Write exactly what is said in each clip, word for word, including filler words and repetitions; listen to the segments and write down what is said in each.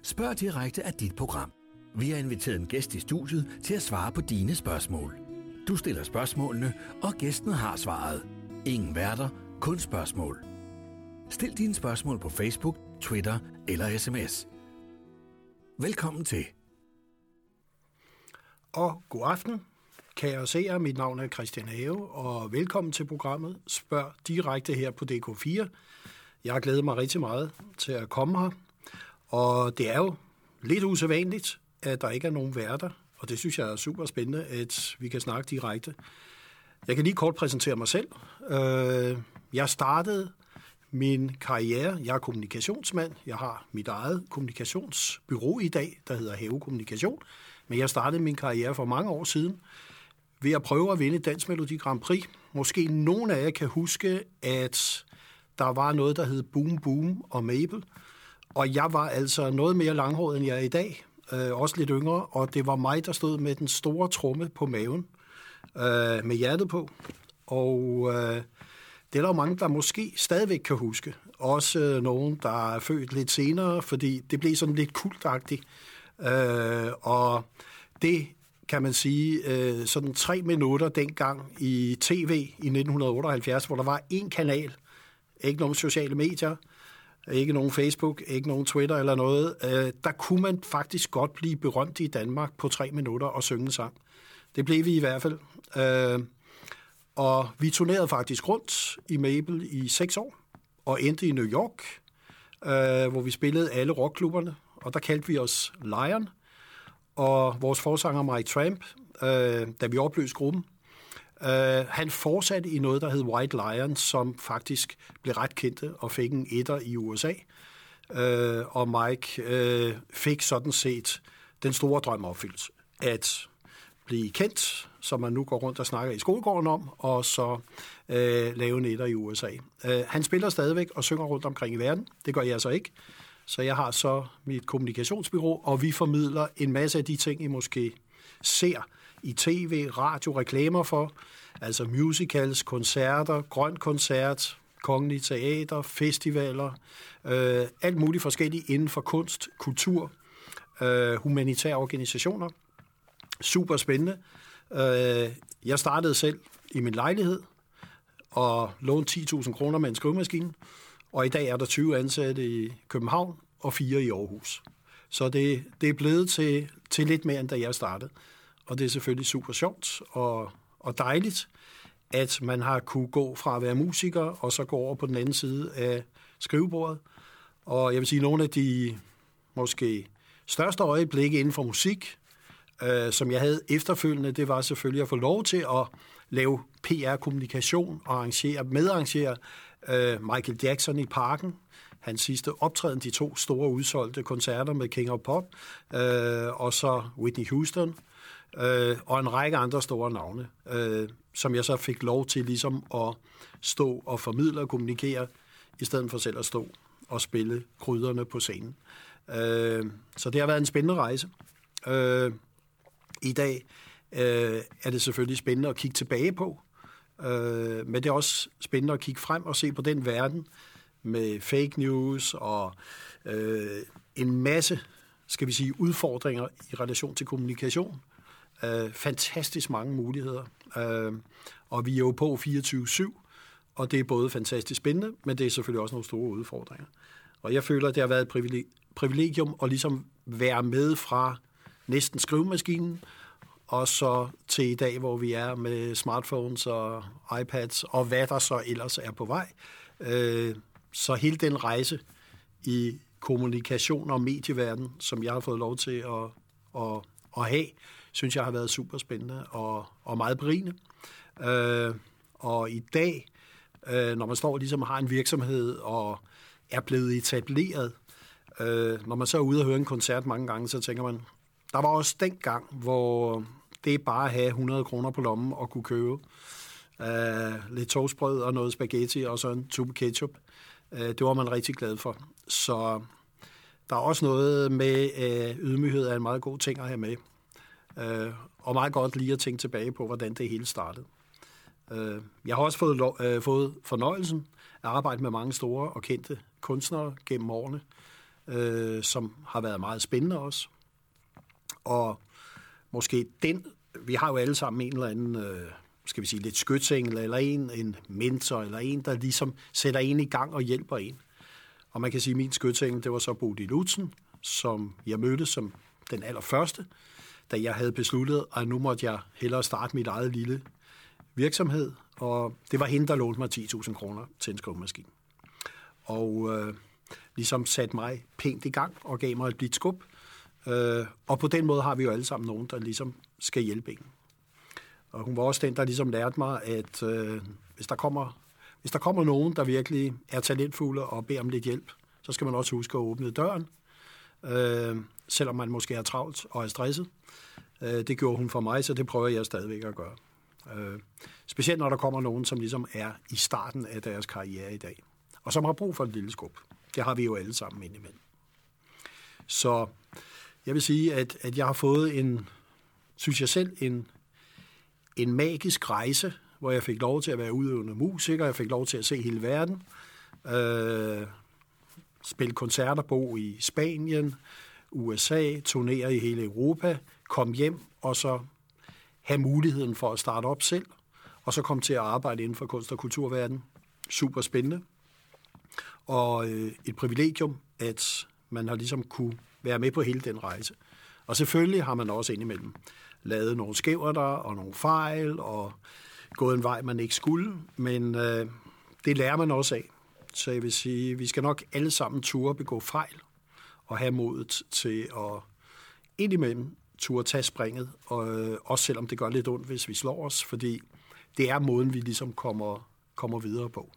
Spørg direkte af dit program. Vi har inviteret en gæst i studiet til at svare på dine spørgsmål. Du stiller spørgsmålene, og gæsten har svaret. Ingen værter, kun spørgsmål. Stil dine spørgsmål på Facebook, Twitter eller sms. Velkommen til. Og god aften, kære seere. Mit navn er Christian Have, og velkommen til programmet Spørg direkte her på D K fire. Jeg har glædet mig rigtig meget til at komme her, og det er jo lidt usædvanligt, at der ikke er nogen værter, og det synes jeg er super spændende, at vi kan snakke direkte. Jeg kan lige kort præsentere mig selv. Jeg startede min karriere, jeg er kommunikationsmand, jeg har mit eget kommunikationsbureau i dag, der hedder Have Kommunikation, men jeg startede min karriere for mange år siden ved at prøve at vinde Dansk Melodi Grand Prix. Måske nogen af jer kan huske, at der var noget, der hed Boom Boom og Mabel, og jeg var altså noget mere langhåret, end jeg er i dag, øh, også lidt yngre, og det var mig, der stod med den store tromme på maven, øh, med hjertet på, og øh, det er der jo mange, der måske stadigvæk kan huske. Også øh, nogen, der er født lidt senere, fordi det blev sådan lidt kultagtigt. Øh, og det kan man sige, øh, sådan tre minutter dengang i tv i nitten otteoghalvfjerds, hvor der var én kanal, ikke nogen sociale medier, ikke nogen Facebook, ikke nogen Twitter eller noget. Øh, der kunne man faktisk godt blive berømt i Danmark på tre minutter og synge en sang. Det blev vi i hvert fald. Øh, Og vi turnerede faktisk rundt i Mabel i seks år, og endte i New York, øh, hvor vi spillede alle rockklubberne, og der kaldte vi os Lion. Og vores forsanger Mike Tramp, øh, da vi opløste gruppen, øh, han fortsatte i noget, der hed White Lion, som faktisk blev ret kendte og fik en etter i U S A. Øh, og Mike øh, fik sådan set den store drøm opfyldt, at blive kendt, som man nu går rundt og snakker i skolegården om, og så øh, lave en etter i U S A. Øh, han spiller stadigvæk og synger rundt omkring i verden. Det gør jeg så ikke. Så jeg har så mit kommunikationsbureau, og vi formidler en masse af de ting, I måske ser i tv, radio, reklamer for. Altså musicals, koncerter, grøn koncert, Kongelige Teater, festivaler, øh, alt muligt forskelligt inden for kunst, kultur, øh, humanitære organisationer. Super spændende. Jeg startede selv i min lejlighed og lånte ti tusind kroner med en skrivemaskine, og i dag er der tyve ansatte i København og fire i Aarhus. Så det, det er blevet til, til lidt mere, end da jeg startede. Og det er selvfølgelig super sjovt og, og dejligt, at man har kunne gå fra at være musiker og så gå over på den anden side af skrivebordet. Og jeg vil sige, nogle af de måske største øjeblikke inden for musik, Uh, som jeg havde efterfølgende, det var selvfølgelig at få lov til at lave P R-kommunikation og arrangere, medarrangere uh, Michael Jackson i Parken. Hans sidste optræden, de to store udsolgte koncerter med King of Pop, uh, og så Whitney Houston, uh, og en række andre store navne, uh, som jeg så fik lov til ligesom at stå og formidle og kommunikere, i stedet for selv at stå og spille kryderne på scenen. Uh, så det har været en spændende rejse. Uh, I dag øh, er det selvfølgelig spændende at kigge tilbage på, øh, men det er også spændende at kigge frem og se på den verden med fake news og øh, en masse, skal vi sige, udfordringer i relation til kommunikation. Øh, fantastisk mange muligheder, øh, og vi er jo på fireogtyve syv, og det er både fantastisk spændende, men det er selvfølgelig også nogle store udfordringer. Og jeg føler, at det har været et privilegium at ligesom være med fra næsten skrivemaskinen, og så til i dag, hvor vi er med smartphones og iPads, og hvad der så ellers er på vej. Så hele den rejse i kommunikation og medieverden, som jeg har fået lov til at, at, at have, synes jeg har været super spændende og, og meget berigende. Og i dag, når man står ligesom og har en virksomhed og er blevet etableret, når man så er ude og høre en koncert mange gange, så tænker man, der var også den gang, hvor det bare at have hundrede kroner på lommen og kunne købe uh, lidt toastbrød og noget spaghetti og så en tube ketchup. Uh, det var man rigtig glad for. Så der er også noget med uh, ydmyghed af en meget god ting at have med. Uh, og meget godt lige at tænke tilbage på, hvordan det hele startede. Uh, jeg har også fået, lov, uh, fået fornøjelsen at arbejde med mange store og kendte kunstnere gennem årene. øh, som har været meget spændende også. Og måske den, vi har jo alle sammen en eller anden, øh, skal vi sige, lidt skytsengel, eller en, en mentor, eller en, der ligesom sætter en i gang og hjælper en. Og man kan sige, at min skytsengel, det var så Bodil Lutzen, som jeg mødte som den allerførste, da jeg havde besluttet, at nu måtte jeg hellere starte mit eget lille virksomhed. Og det var hende, der lånte mig ti tusind kroner til en skrivemaskine. Og øh, ligesom satte mig pænt i gang og gav mig et blidt skub. Øh, og på den måde har vi jo alle sammen nogen, der ligesom skal hjælpe en. Og hun var også den, der ligesom lærte mig, at øh, hvis, der kommer, hvis der kommer nogen, der virkelig er talentfulde og beder om lidt hjælp, så skal man også huske at åbne døren, øh, selvom man måske er travlt og er stresset. Øh, det gjorde hun for mig, så det prøver jeg stadigvæk at gøre. Øh, specielt når der kommer nogen, som ligesom er i starten af deres karriere i dag, og som har brug for et lille skub. Det har vi jo alle sammen indimellem. Så jeg vil sige, at, at jeg har fået en, synes jeg selv, en, en magisk rejse, hvor jeg fik lov til at være udøvende musiker, jeg fik lov til at se hele verden, øh, spille koncerter, bo i Spanien, U S A, turnere i hele Europa, komme hjem og så have muligheden for at starte op selv, og så komme til at arbejde inden for kunst- og kulturverdenen. Super spændende. Og øh, et privilegium, at man har ligesom kunne være med på hele den rejse. Og selvfølgelig har man også indimellem lavet nogle skæverter og nogle fejl, og gået en vej, man ikke skulle, men øh, det lærer man også af. Så jeg vil sige, vi skal nok alle sammen turde begå fejl, og have modet til at indimellem turde tage springet, og øh, også selvom det gør lidt ondt, hvis vi slår os, fordi det er måden, vi ligesom kommer, kommer videre på.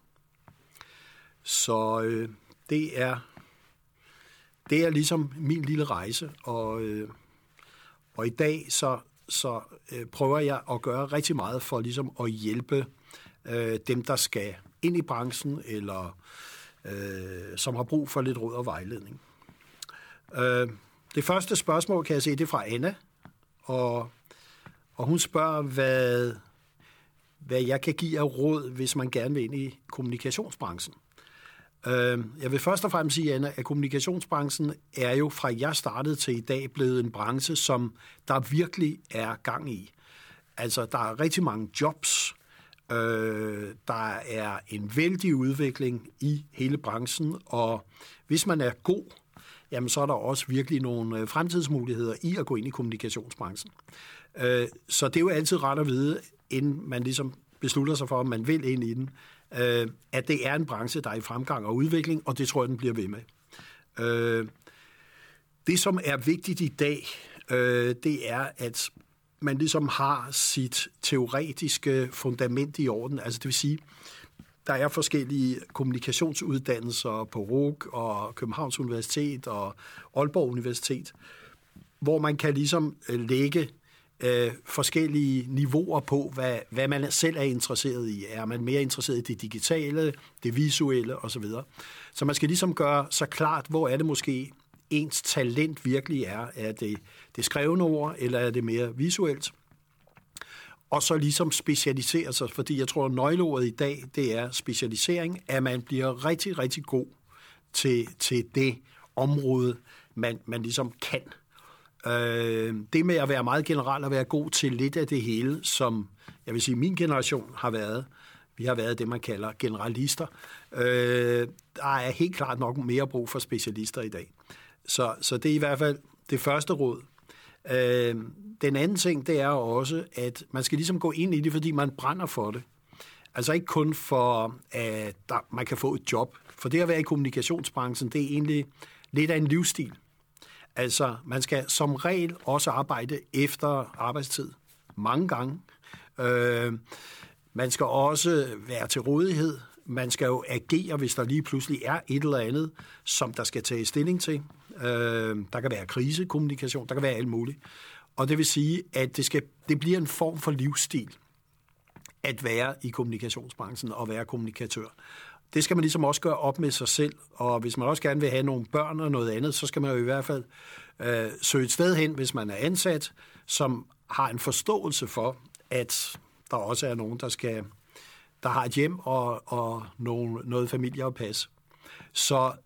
Så øh, det er det er ligesom min lille rejse, og, øh, og i dag så, så øh, prøver jeg at gøre rigtig meget for ligesom at hjælpe øh, dem, der skal ind i branchen, eller øh, som har brug for lidt råd og vejledning. Øh, det første spørgsmål, kan jeg se, det er fra Anna, og, og hun spørger, hvad, hvad jeg kan give af råd, hvis man gerne vil ind i kommunikationsbranchen. Jeg vil først og fremmest sige, Anna, at kommunikationsbranchen er jo fra jeg startede til i dag blevet en branche, som der virkelig er gang i. Altså, der er rigtig mange jobs. Øh, der er en vældig udvikling i hele branchen, og hvis man er god, jamen, så er der også virkelig nogle fremtidsmuligheder i at gå ind i kommunikationsbranchen. Øh, så det er jo altid ret at vide, inden man ligesom beslutter sig for, om man vil ind i den, øh, at det er en branche, der er i fremgang og udvikling, og det tror jeg, den bliver ved med. Øh, det, som er vigtigt i dag, øh, det er, at man ligesom har sit teoretiske fundament i orden. Altså det vil sige, der er forskellige kommunikationsuddannelser på R U C og Københavns Universitet og Aalborg Universitet, hvor man kan ligesom lægge øh, forskellige niveauer på, hvad, hvad man selv er interesseret i. Er man mere interesseret i det digitale, det visuelle osv.? Så man skal ligesom gøre så klart, hvor er det måske ens talent virkelig er. Er det det skrevne ord, eller er det mere visuelt? Og så ligesom specialisere sig, fordi jeg tror, at nøgleordet i dag, det er specialisering, at man bliver rigtig, rigtig god til, til det område, man, man ligesom kan. Øh, det med at være meget generelt og være god til lidt af det hele, som jeg vil sige, min generation har været. Vi har været det, man kalder generalister. Øh, der er helt klart nok mere brug for specialister i dag. Så, så det er i hvert fald det første råd. Øh, den anden ting, det er også, at man skal ligesom gå ind i det, fordi man brænder for det. Altså ikke kun for, at der, man kan få et job. For det at være i kommunikationsbranchen, det er egentlig lidt af en livsstil. Altså, man skal som regel også arbejde efter arbejdstid. Mange gange. Øh, man skal også være til rådighed. Man skal jo agere, hvis der lige pludselig er et eller andet, som der skal tage stilling til. Øh, der kan være krisekommunikation, der kan være alt muligt. Og det vil sige, at det, skal, det bliver en form for livsstil at være i kommunikationsbranchen og være kommunikatør. Det skal man ligesom også gøre op med sig selv, og hvis man også gerne vil have nogle børn og noget andet, så skal man jo i hvert fald øh, søge et sted hen, hvis man er ansat, som har en forståelse for, at der også er nogen, der skal der har et hjem og, og nogen, noget familie at passe. Så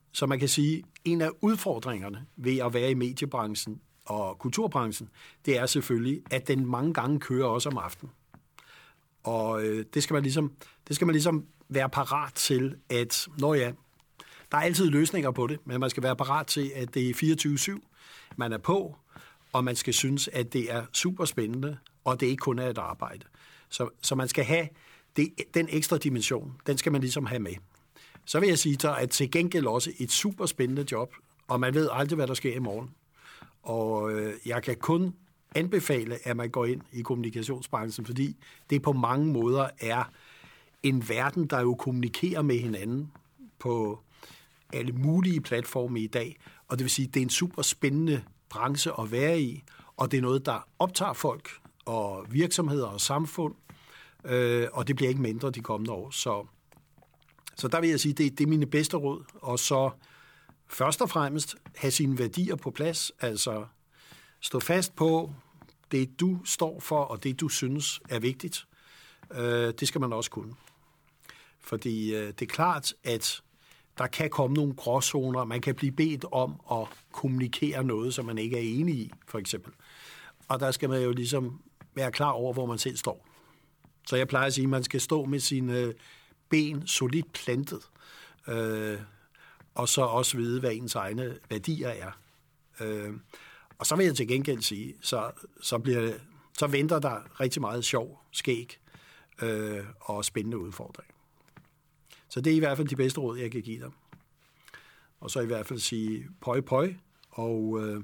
Så man kan sige, en af udfordringerne ved at være i mediebranchen og kulturbranchen, det er selvfølgelig, at den mange gange kører også om aftenen. Og øh, det, skal man ligesom, det skal man ligesom være parat til, at når ja, der er altid løsninger på det, men man skal være parat til, at det er fireogtyve syv, man er på, og man skal synes, at det er super spændende, og det ikke kun er et arbejde. Så, så man skal have det, den ekstra dimension, den skal man ligesom have med. Så vil jeg sige dig, at til gengæld også et super spændende job, og man ved aldrig, hvad der sker i morgen. Og øh, jeg kan kun anbefale, at man går ind i kommunikationsbranchen, fordi det på mange måder er en verden, der jo kommunikerer med hinanden på alle mulige platforme i dag. Og det vil sige, at det er en super spændende branche at være i, og det er noget, der optager folk og virksomheder og samfund, øh, og det bliver ikke mindre de kommende år. Så, så der vil jeg sige, at det, det er mine bedste råd. Og så først og fremmest have sine værdier på plads, altså stå fast på det, du står for, og det, du synes er vigtigt. Øh, det skal man også kunne. Fordi øh, det er klart, at der kan komme nogle gråzoner. Man kan blive bedt om at kommunikere noget, som man ikke er enig i, for eksempel. Og der skal man jo ligesom være klar over, hvor man selv står. Så jeg plejer at sige, at man skal stå med sine ben solidt plantet, øh, og så også vide, hvad ens egne værdier er. Øh, og så vil jeg til gengæld sige, så, så, bliver, så venter der rigtig meget sjov, skæg øh, og spændende udfordringer. Så det er i hvert fald de bedste råd, jeg kan give dig. Og så i hvert fald sige pøj, pøj, og øh,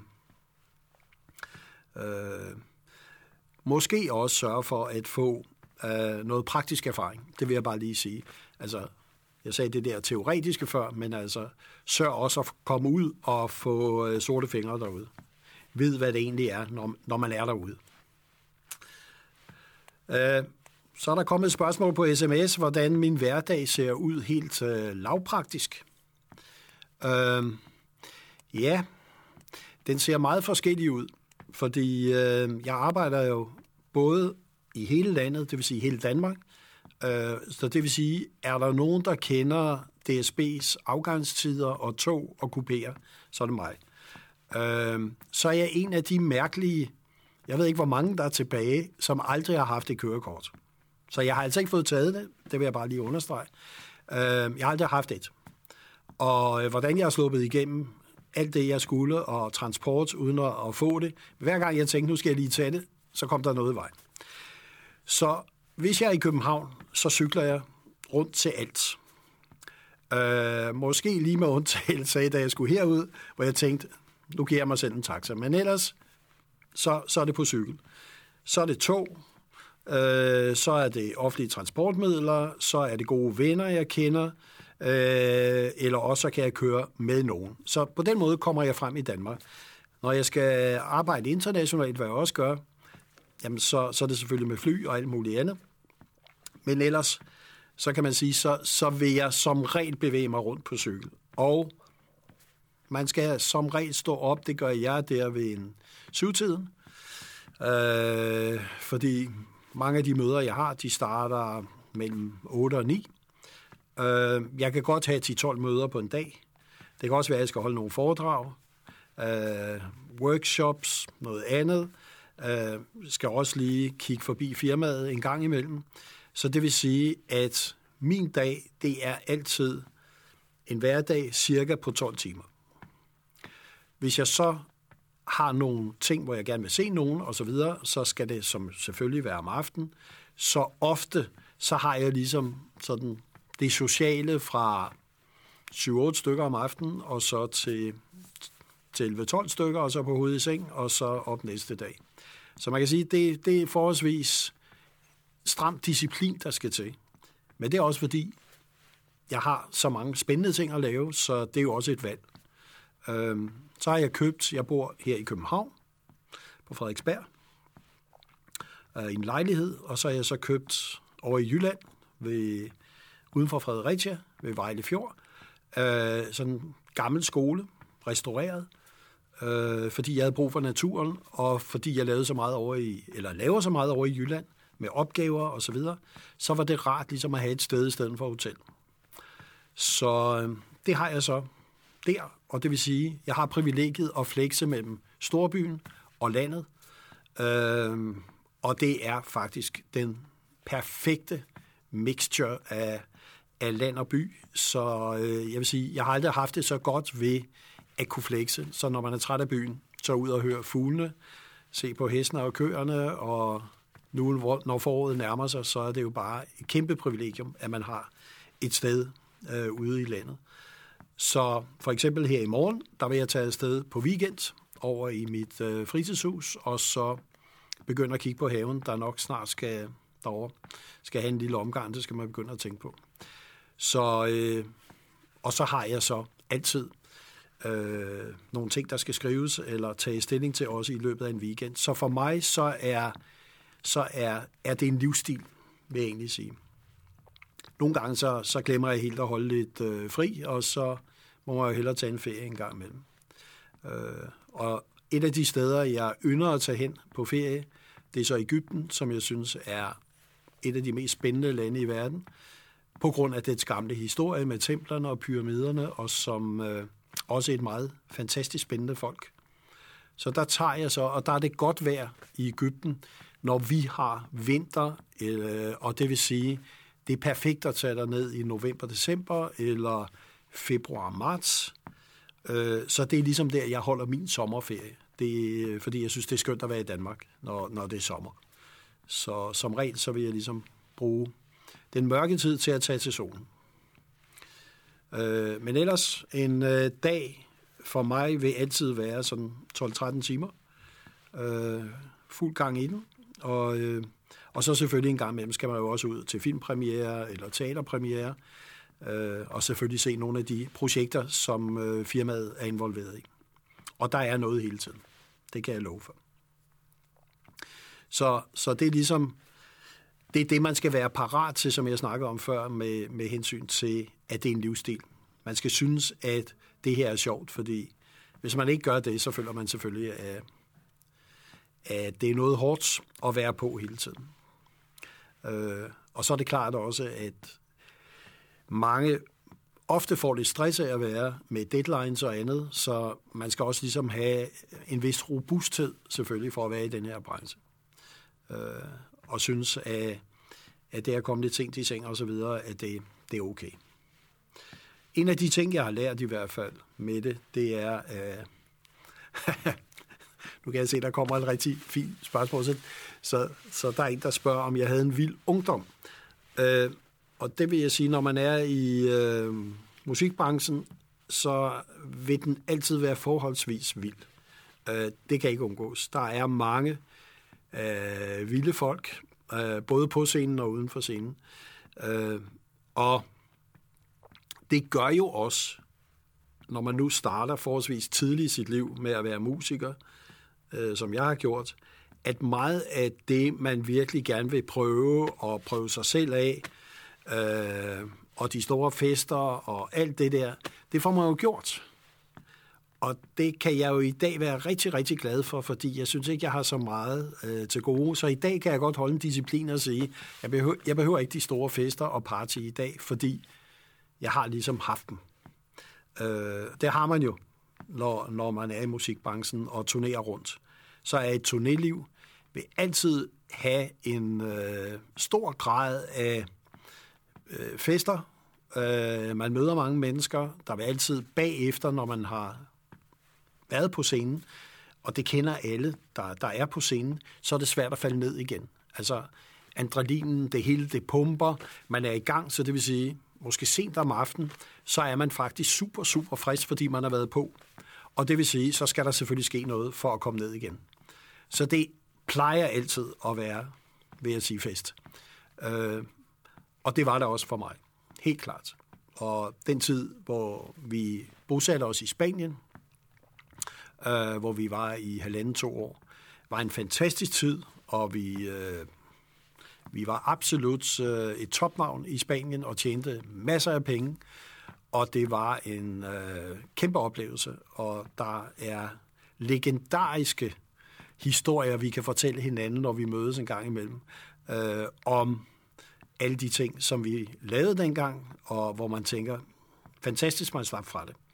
øh, måske også sørge for at få øh, noget praktisk erfaring. Det vil jeg bare lige sige. Altså, jeg sagde det der teoretiske før, men altså, sørg også at komme ud og få øh, sorte fingre derude. Ved, hvad det egentlig er, når, når man er derude. Øh, Så er der kommet et spørgsmål på sms, hvordan min hverdag ser ud helt øh, lavpraktisk. Øh, ja, den ser meget forskellig ud, fordi øh, jeg arbejder jo både i hele landet, det vil sige hele Danmark. Øh, så det vil sige, er der nogen, der kender D S B's afgangstider og tog og kupéer, så er det mig. Øh, så er jeg en af de mærkelige, jeg ved ikke, hvor mange der er tilbage, som aldrig har haft et kørekort. Så jeg har altså ikke fået taget det, det vil jeg bare lige understrege. Jeg har aldrig haft et. Og hvordan jeg har sluppet igennem alt det, jeg skulle, og transport uden at få det. Hver gang jeg tænkte, nu skal jeg lige tage det, så kom der noget i vejen. Så hvis jeg er i København, så cykler jeg rundt til alt. Øh, måske lige med undtagelse af, da jeg skulle herud, hvor jeg tænkte, nu giver jeg mig selv en taxa. Men ellers, så, så er det på cykel. Så er det tog. Øh, så er det offentlige transportmidler, så er det gode venner, jeg kender, øh, eller også så kan jeg køre med nogen. Så på den måde kommer jeg frem i Danmark. Når jeg skal arbejde internationalt, hvad jeg også gør, jamen så, så er det selvfølgelig med fly og alt muligt andet. Men ellers, så kan man sige, så, så vil jeg som regel bevæge mig rundt på cykel. Og man skal som regel stå op, det gør jeg der ved en syvtiden, øh, fordi mange af de møder, jeg har, de starter mellem otte og ni. Øh, jeg kan godt have ti til tolv møder på en dag. Det kan også være, at jeg skal holde nogle foredrag, øh, workshops, noget andet. Jeg øh, skal også lige kigge forbi firmaet en gang imellem. Så det vil sige, at min dag, det er altid en hverdag cirka på tolv timer. Hvis jeg så har nogle ting, hvor jeg gerne vil se nogen og så videre, så skal det som selvfølgelig være om aftenen. Så ofte, så har jeg ligesom sådan det sociale fra syv otte stykker om aftenen, og så til, til elleve tolv stykker, og så på hovedet i seng, og så op næste dag. Så man kan sige, det, det er forholdsvis stram disciplin, der skal til. Men det er også fordi, jeg har så mange spændende ting at lave, så det er jo også et valg. Øhm, så har jeg købt, jeg bor her i København, på Frederiksberg, øh, i en lejlighed, og så har jeg så købt over i Jylland, ved, uden for Fredericia, ved Vejle Fjord, øh, sådan en gammel skole, restaureret, øh, fordi jeg havde brug for naturen, og fordi jeg lavede så meget over i, eller laver så meget over i Jylland, med opgaver og så videre, så var det rart ligesom at have et sted i stedet for hotel. Så øh, det har jeg så. der, og det vil sige, jeg har privilegiet at flexe mellem storbyen og landet, øh, og det er faktisk den perfekte mixture af, af land og by, så øh, jeg vil sige, jeg har aldrig haft det så godt ved at kunne flexe, så når man er træt af byen, så ud og høre fuglene, se på hestene og køerne, og nu når foråret nærmer sig, så er det jo bare et kæmpe privilegium, at man har et sted øh, ude i landet. Så for eksempel her i morgen, der vil jeg tage afsted på weekend over i mit øh, fritidshus, og så begynde at kigge på haven, der nok snart skal derovre, skal have en lille omgang, det skal man begynde at tænke på. Så, øh, og så har jeg så altid øh, nogle ting, der skal skrives, eller tage stilling til også i løbet af en weekend. Så for mig, så er, så er, er det en livsstil, vil jeg egentlig sige. Nogle gange så, så glemmer jeg helt at holde lidt øh, fri, og så må man jo hellere tage en ferie en gang imellem. Øh, og et af de steder, jeg ynder at tage hen på ferie, det er så Egypten, som jeg synes er et af de mest spændende lande i verden, på grund af dets gamle historie med templerne og pyramiderne, og som øh, også et meget fantastisk spændende folk. Så der tager jeg så, og der er det godt vejr i Egypten, når vi har vinter, øh, og det vil sige, det er perfekt at tage ned i november-december eller februar-marts. Øh, så det er ligesom der, jeg holder min sommerferie. Det er, fordi jeg synes, det er skønt at være i Danmark, når, når det er sommer. Så som regel, så vil jeg ligesom bruge den mørke tid til at tage til solen. Øh, men ellers, en øh, dag for mig vil altid være sådan tolv til tretten timer. Øh, fuld gang i den. Og, øh, og så selvfølgelig en gang imellem skal man jo også ud til filmpremiere eller teaterpremiere. Øh, og selvfølgelig se nogle af de projekter, som øh, firmaet er involveret i. Og der er noget hele tiden. Det kan jeg love for. Så, så det er ligesom, det er det, man skal være parat til, som jeg snakkede om før, med, med hensyn til, at det er en livsstil. Man skal synes, at det her er sjovt, fordi hvis man ikke gør det, så føler man selvfølgelig, at, at det er noget hårdt at være på hele tiden. Øh, og så er det klart også, at mange ofte får det stress af at være med deadlines og andet, så man skal også ligesom have en vis robusthed selvfølgelig for at være i den her branche. Øh, og synes, at, at det er kommet lidt ting til seng og så videre, at det, det er okay. En af de ting, jeg har lært i hvert fald med det, det er, at nu kan jeg se, der kommer et rigtig fint spørgsmål, så, så der er en, der spørger, om jeg havde en vild ungdom. Øh, og det vil jeg sige, når man er i øh, musikbranchen, så vil den altid være forholdsvis vild. Øh, det kan ikke undgås. Der er mange øh, vilde folk, øh, både på scenen og uden for scenen. Øh, og det gør jo også, når man nu starter forholdsvis tidligt i sit liv med at være musiker, øh, som jeg har gjort, at meget af det, man virkelig gerne vil prøve og prøve sig selv af, øh, og de store fester og alt det der, det får man jo gjort. Og det kan jeg jo i dag være rigtig, rigtig glad for, fordi jeg synes ikke, jeg har så meget øh, til gode. Så i dag kan jeg godt holde en disciplin og sige, jeg behøver, jeg behøver ikke de store fester og party i dag, fordi jeg har ligesom haft dem. Øh, det har man jo, når, når man er i musikbranchen og turnerer rundt. Så er et turnéliv vil altid have en øh, stor grad af øh, fester. Øh, man møder mange mennesker. Der vil altid bagefter, når man har været på scenen, og det kender alle, der, der er på scenen, så er det svært at falde ned igen. Altså, adrenalinen, det hele, det pumper, man er i gang, så det vil sige, måske sent om aftenen, så er man faktisk super, super frisk, fordi man har været på. Og det vil sige, så skal der selvfølgelig ske noget for at komme ned igen. Så det plejer altid at være, vil jeg sige, fest. Øh, og det var det også for mig. Helt klart. Og den tid, hvor vi bosatte os i Spanien, øh, hvor vi var i halvanden to år, var en fantastisk tid, og vi, øh, vi var absolut øh, et topnavn i Spanien og tjente masser af penge. Og det var en øh, kæmpe oplevelse, og der er legendariske historier, vi kan fortælle hinanden, når vi mødes en gang imellem, øh, om alle de ting, som vi lavede dengang, og hvor man tænker, fantastisk, man slap fra det.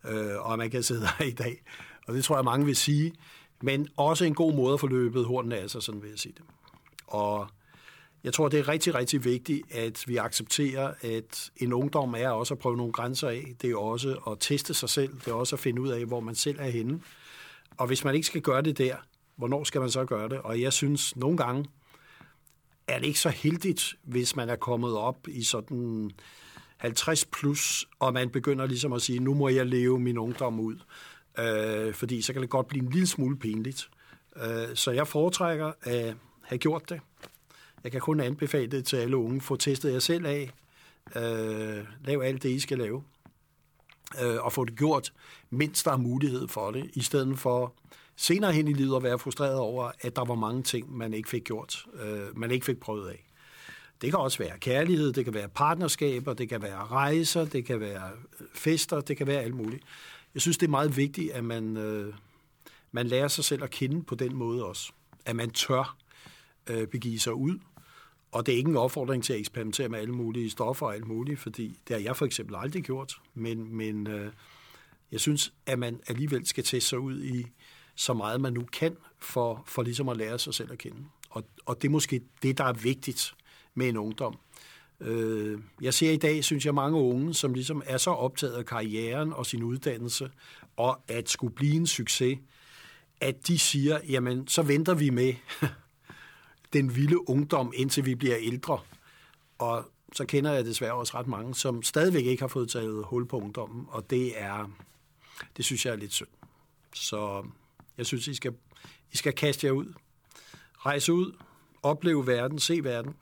øh, og man kan sidde her i dag. Og det tror jeg, mange vil sige. Men også en god måde at få løbet hornene af sig, sådan vil jeg sige det. Og jeg tror, det er rigtig, rigtig vigtigt, at vi accepterer, at en ungdom er også at prøve nogle grænser af. Det er også at teste sig selv. Det er også at finde ud af, hvor man selv er henne. Og hvis man ikke skal gøre det der, hvornår skal man så gøre det? Og jeg synes, nogle gange er det ikke så heldigt, hvis man er kommet op i sådan halvtreds plus, og man begynder ligesom at sige, nu må jeg leve min ungdom ud. Øh, fordi så kan det godt blive en lille smule pinligt. Øh, så jeg foretrækker at have gjort det. Jeg kan kun anbefale det til alle unge. Få testet jer selv af. Øh, lav alt det, I skal lave. Øh, og få det gjort, mens der er mulighed for det, i stedet for senere hen i livet at være frustreret over, at der var mange ting, man ikke fik gjort, øh, man ikke fik prøvet af. Det kan også være kærlighed, det kan være partnerskaber, det kan være rejser, det kan være fester, det kan være alt muligt. Jeg synes, det er meget vigtigt, at man, øh, man lærer sig selv at kende på den måde også. At man tør øh, begive sig ud. Og det er ikke en opfordring til at eksperimentere med alle mulige stoffer og alt muligt, fordi det har jeg for eksempel aldrig gjort. Men, men øh, jeg synes, at man alligevel skal teste sig ud i så meget, man nu kan, for, for ligesom at lære sig selv at kende. Og, og det er måske det, der er vigtigt med en ungdom. Øh, jeg ser i dag, synes jeg, mange unge, som ligesom er så optaget af karrieren og sin uddannelse, og at skulle blive en succes, at de siger, jamen, så venter vi med den vilde ungdom, indtil vi bliver ældre. Og så kender jeg desværre også ret mange, som stadigvæk ikke har fået taget hul på ungdommen, og det er, det synes jeg er lidt synd. Så jeg synes, I skal, I skal kaste jer ud. Rejse ud, opleve verden, se verden.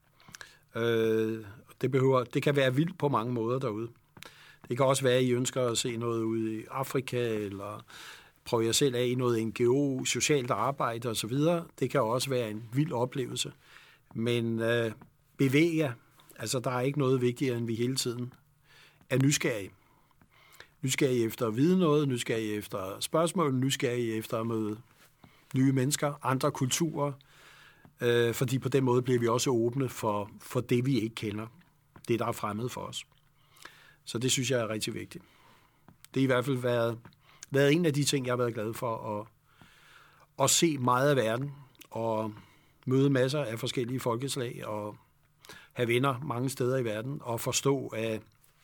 Øh, det, behøver, det kan være vildt på mange måder derude. Det kan også være, at I ønsker at se noget ude i Afrika, eller prøve jer selv af i noget N G O, socialt arbejde osv. Det kan også være en vild oplevelse. Men øh, bevæg jer. Altså, der er ikke noget vigtigere, end vi hele tiden er nysgerrige. Nysgerrige efter at vide noget, nysgerrige efter spørgsmål, nysgerrige efter at møde nye mennesker, andre kulturer, øh, fordi på den måde bliver vi også åbne for, for det, vi ikke kender. Det, der er fremmed for os. Så det synes jeg er rigtig vigtigt. Det er i hvert fald været, været en af de ting, jeg har været glad for, at, at se meget af verden, og møde masser af forskellige folkeslag, og have venner mange steder i verden, og forstå, at,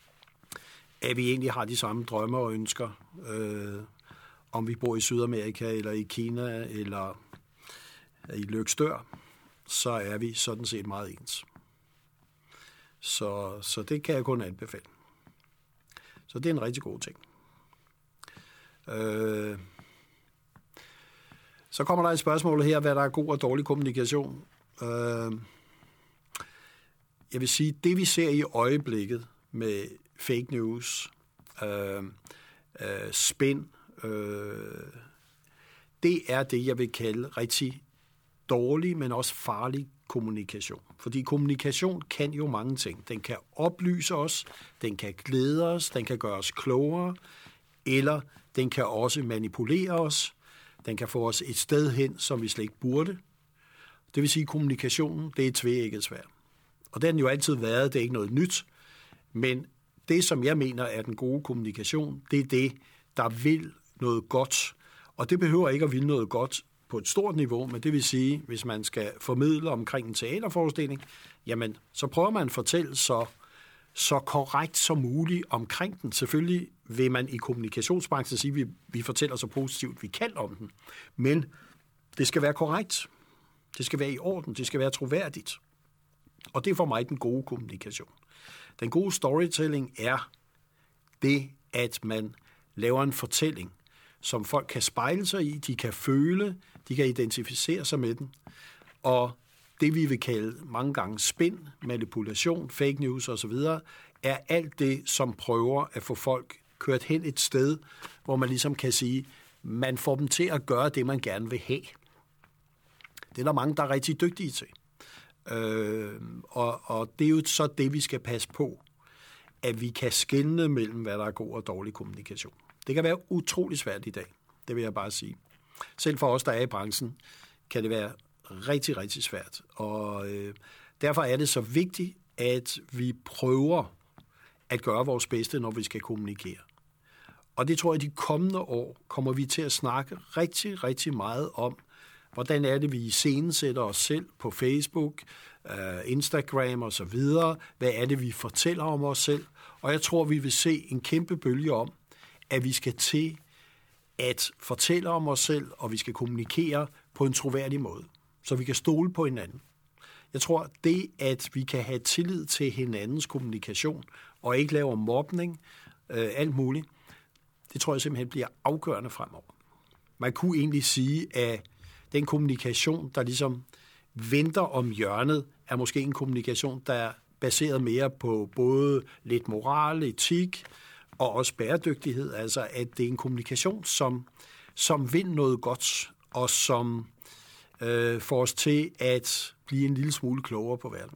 at vi egentlig har de samme drømme og ønsker, øh, om vi bor i Sydamerika, eller i Kina, eller i Løgstør, så er vi sådan set meget ens. Så, så det kan jeg kun anbefale. Så det er en rigtig god ting. Øh, så kommer der et spørgsmål her, hvad der er god og dårlig kommunikation. Øh, jeg vil sige, det vi ser i øjeblikket med fake news, øh, øh, spin, øh, det er det, jeg vil kalde rigtig dårlig, men også farlig kommunikation. Fordi kommunikation kan jo mange ting. Den kan oplyse os, den kan glæde os, den kan gøre os klogere, eller den kan også manipulere os. Den kan få os et sted hen, som vi slet ikke burde. Det vil sige, at kommunikationen, det er tveægget sværd. Og det har den jo altid været, det er ikke noget nyt. Men det, som jeg mener er den gode kommunikation, det er det, der vil noget godt. Og det behøver ikke at ville noget godt på et stort niveau, men det vil sige, hvis man skal formidle omkring en teaterforestilling, jamen, så prøver man at fortælle så, så korrekt som muligt omkring den. Selvfølgelig vil man i kommunikationsbranchen sige, at vi, vi fortæller så positivt, vi kan om den. Men det skal være korrekt. Det skal være i orden. Det skal være troværdigt. Og det er for mig den gode kommunikation. Den gode storytelling er det, at man laver en fortælling, som folk kan spejle sig i, de kan føle, de kan identificere sig med den. Og det, vi vil kalde mange gange spin, manipulation, fake news osv., er alt det, som prøver at få folk kørt hen et sted, hvor man ligesom kan sige, man får dem til at gøre det, man gerne vil have. Det er der mange, der er rigtig dygtige til. Øh, og, og det er jo så det, vi skal passe på, at vi kan skelne mellem, hvad der er god og dårlig kommunikation. Det kan være utrolig svært i dag, det vil jeg bare sige. Selv for os, der er i branchen, kan det være rigtig, rigtig svært. Og øh, derfor er det så vigtigt, at vi prøver at gøre vores bedste, når vi skal kommunikere. Og det tror jeg, de kommende år kommer vi til at snakke rigtig, rigtig meget om, hvordan er det, vi iscenesætter os selv på Facebook, Instagram og så videre. Hvad er det, vi fortæller om os selv? Og jeg tror, vi vil se en kæmpe bølge om, at vi skal til at fortælle om os selv, og vi skal kommunikere på en troværdig måde, så vi kan stole på hinanden. Jeg tror, det, at vi kan have tillid til hinandens kommunikation, og ikke lave mobning, øh, alt muligt, det tror jeg simpelthen bliver afgørende fremover. Man kunne egentlig sige, at den kommunikation, der ligesom venter om hjørnet, er måske en kommunikation, der er baseret mere på både lidt moral, etik og også bæredygtighed. Altså, at det er en kommunikation, som, som vil noget godt, og som øh, får os til at blive en lille smule klogere på verden.